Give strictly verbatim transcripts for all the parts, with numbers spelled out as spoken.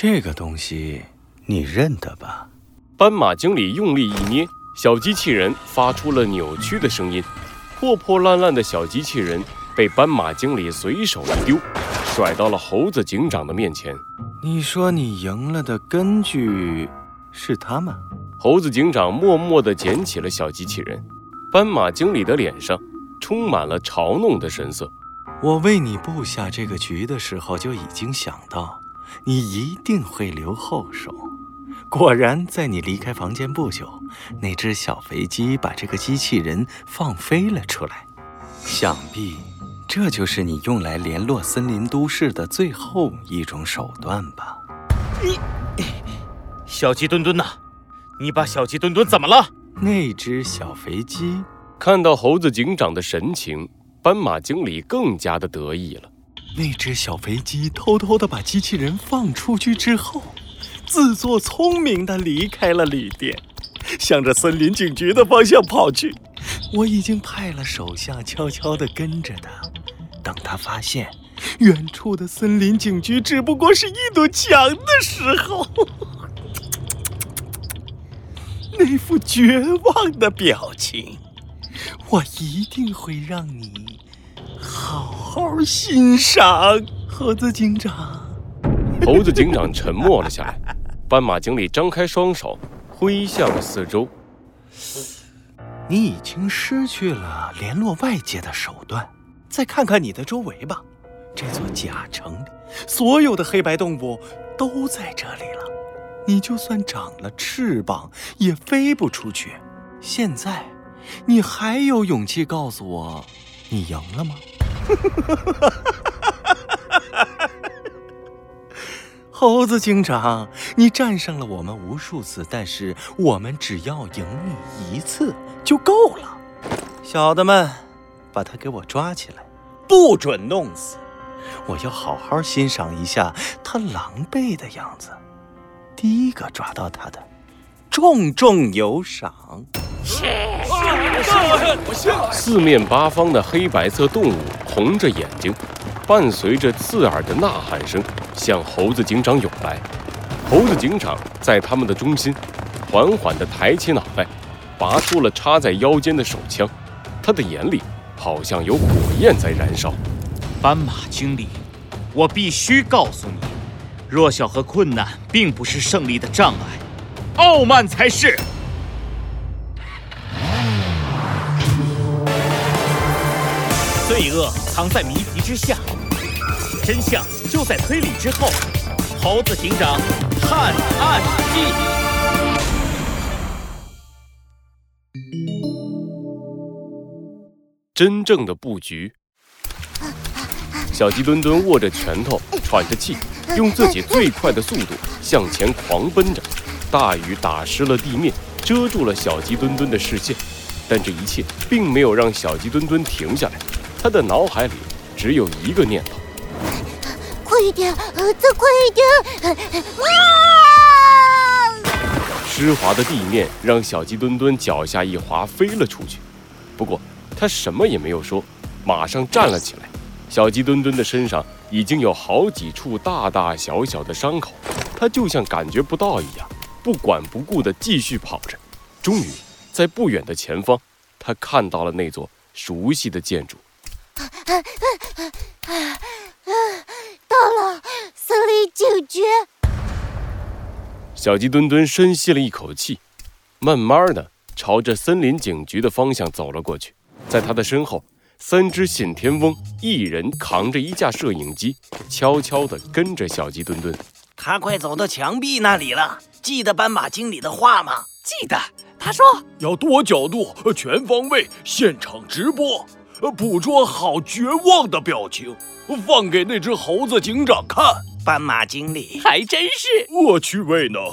这个东西你认得吧？ 斑马经理用力一捏，小机器人发出了扭曲的声音，破破烂烂的小机器人被斑马经理随手一丢，甩到了猴子警长的面前。 你说你赢了的根据是他吗？ 猴子警长默默地捡起了小机器人，斑马经理的脸上充满了嘲弄的神色。 我为你布下这个局的时候就已经想到，你一定会留后手。果然，在你离开房间不久，那只小肥鸡把这个机器人放飞了出来。想必这就是你用来联络森林都市的最后一种手段吧？ 你，小鸡墩墩呐，你把小鸡墩墩怎么了？ 那只小肥鸡看到猴子警长的神情，斑马经理更加的得意了。 那只小肥鸡偷偷地把机器人放出去之后，自作聪明地离开了旅店，向着森林警局的方向跑去。我已经派了手下悄悄地跟着他，等他发现远处的森林警局只不过是一堵墙的时候，那副绝望的表情，我一定会让你好好欣赏。猴子警长。 猴子警长沉默了下来，斑马经理张开双手挥向四周。 你已经失去了联络外界的手段，再看看你的周围吧，这座假城里所有的黑白动物都在这里了，你就算长了翅膀也飞不出去。现在你还有勇气告诉我你赢了吗？猴子警长，你战胜了我们无数次，但是我们只要赢你一次就够了。小的们，把他给我抓起来，不准弄死，我要好好欣赏一下他狼狈的样子。第一个抓到他的，重重有赏。 四面八方的黑白色动物红着眼睛，伴随着刺耳的呐喊声向猴子警长涌来。猴子警长在他们的中心缓缓地抬起脑袋，拔出了插在腰间的手枪，他的眼里好像有火焰在燃烧。 斑马经理，我必须告诉你，弱小和困难并不是胜利的障碍，傲慢才是。罪恶藏在谜题之下，真相就在推理之后。猴子警长探案记。 真正的布局。小鸡墩墩握着拳头，喘着气，用自己最快的速度向前狂奔着。大雨打湿了地面，遮住了小鸡墩墩的视线，但这一切并没有让小鸡墩墩停下来。他的脑海里只有一个念头： 快一点，呃，再快一点！啊！ 湿滑的地面让小鸡墩墩脚下一滑，飞了出去。不过他什么也没有说，马上站了起来。小鸡墩墩的身上已经有好几处大大小小的伤口，他就像感觉不到一样，不管不顾地继续跑着。终于，在不远的前方，他看到了那座熟悉的建筑。 到了森林警局。 小鸡墩墩深吸了一口气，慢慢地朝着森林警局的方向走了过去。在他的身后，三只信天翁一人扛着一架摄影机，悄悄地跟着小鸡墩墩。 他快走到墙壁那里了，记得斑马经理的话吗？ 记得，他说要多角度、全方位、现场直播，捕捉好绝望的表情，放给那只猴子警长看。 斑马经理还真是恶趣味呢。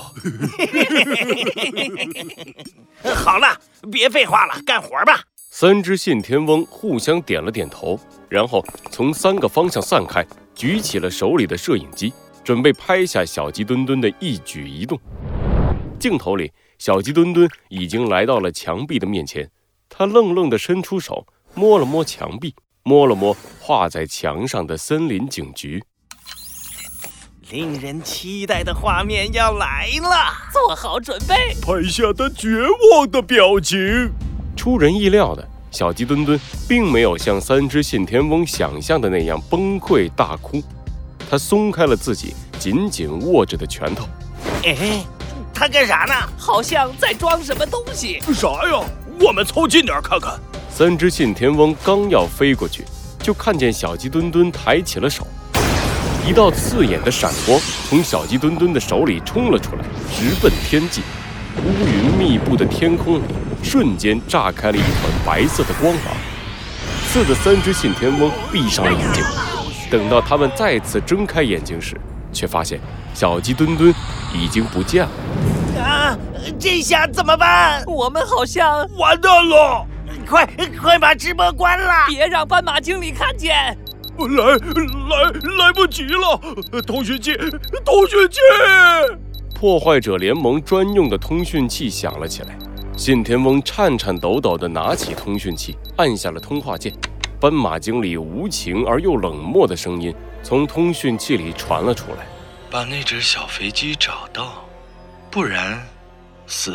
好了，别废话了，干活吧。 三只信天翁互相点了点头，然后从三个方向散开，举起了手里的摄影机，准备拍下小鸡墩墩的一举一动。镜头里，小鸡墩墩已经来到了墙壁的面前，他愣愣地伸出手，摸了摸墙壁，摸了摸画在墙上的森林警局。 令人期待的画面要来了， 做好准备。 拍下他绝望的表情。 出人意料的，小鸡墩墩并没有像三只信天翁想象的那样崩溃大哭，他松开了自己紧紧握着的拳头。 哎，他干啥呢？ 好像在装什么东西。 啥呀？我们凑近点看看。 三只信天翁刚要飞过去，就看见小鸡墩墩抬起了手，一道刺眼的闪光从小鸡墩墩的手里冲了出来，直奔天际。乌云密布的天空里，瞬间炸开了一团白色的光芒，刺得三只信天翁闭上了眼睛。等到他们再次睁开眼睛时，却发现小鸡墩墩已经不见了。 啊，这下怎么办？ 我们好像完蛋了！ 快快把直播关了！ 别让斑马经理看见。 来来来不及了！通讯器，通讯器！ 破坏者联盟专用的通讯器响了起来。信天翁颤颤抖抖地拿起通讯器，按下了通话键。斑马经理无情而又冷漠的声音从通讯器里传了出来：“ 把那只小飞机找到，不然死。”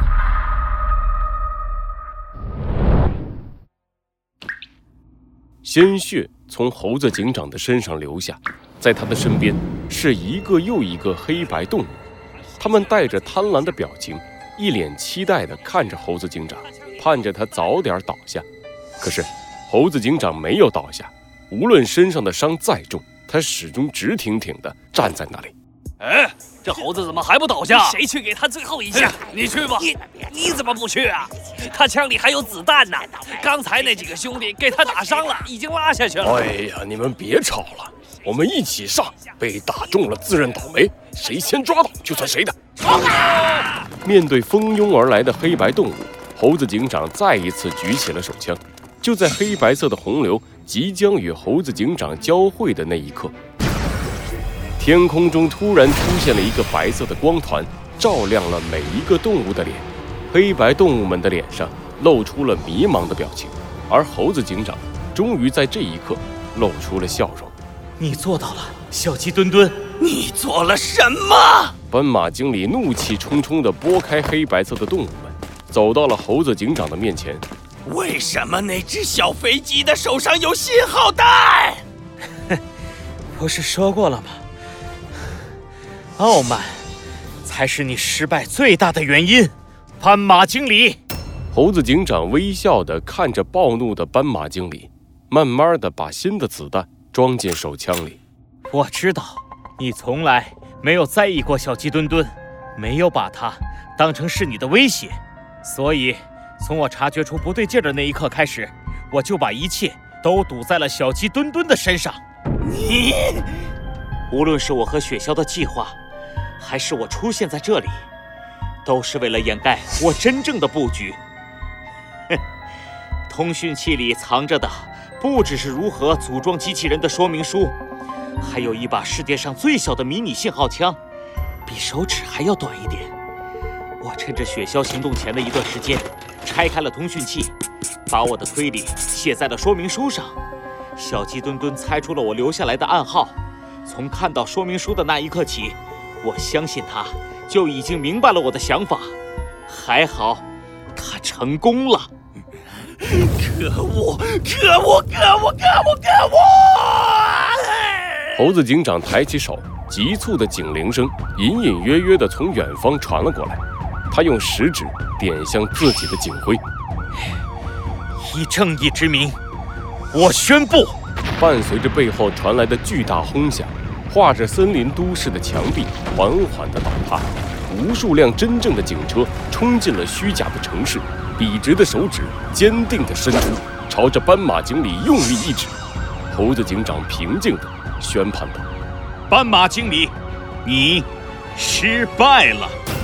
鲜血从猴子警长的身上流下，在他的身边是一个又一个黑白动物，他们带着贪婪的表情，一脸期待地看着猴子警长，盼着他早点倒下。可是猴子警长没有倒下，无论身上的伤再重，他始终直挺挺地站在那里。 哎，这猴子怎么还不倒下？ 谁去给他最后一下？ 你去吧。 你你怎么不去啊？他枪里还有子弹呢。刚才那几个兄弟给他打伤了，已经拉下去了。 哎呀，你们别吵了，我们一起上。被打中了自认倒霉，谁先抓到就算谁的。 冲啊！ 面对蜂拥而来的黑白动物，猴子警长再一次举起了手枪。就在黑白色的洪流即将与猴子警长交汇的那一刻，天空中突然出现了一个白色的光团，照亮了每一个动物的脸。黑白动物们的脸上露出了迷茫的表情，而猴子警长终于在这一刻露出了笑容。 你做到了，小鸡墩墩。 你做了什么？ 斑马经理怒气冲冲地拨开黑白色的动物们，走到了猴子警长的面前。 为什么那只小飞机的手上有信号弹？ 不是说过了吗？傲慢才是你失败最大的原因，斑马经理。 猴子警长微笑地看着暴怒的斑马经理，慢慢地把新的子弹装进手枪里。 我知道你从来没有在意过小鸡墩墩，没有把它当成是你的威胁，所以从我察觉出不对劲的那一刻开始，我就把一切都赌在了小鸡墩墩的身上。 你， 无论是我和雪橇的计划，还是我出现在这里，都是为了掩盖我真正的布局。哼，通讯器里藏着的不只是如何组装机器人的说明书，还有一把世界上最小的迷你信号枪，比手指还要短一点。我趁着雪橇行动前的一段时间，拆开了通讯器，把我的推理写在了说明书上。小鸡墩墩猜出了我留下来的暗号，从看到说明书的那一刻起，我相信他就已经明白了我的想法。还好，他成功了。 可恶！可恶！可恶！可恶！可恶！ 猴子警长抬起手，急促的警铃声隐隐约约地从远方传了过来。他用食指点向自己的警徽。 以正义之名，我宣布。 伴随着背后传来的巨大轰响，画着森林都市的墙壁缓缓地倒塌，无数辆真正的警车冲进了虚假的城市，笔直的手指坚定地伸出，朝着斑马经理用力一指。猴子警长平静地宣判道： 斑马经理，你失败了。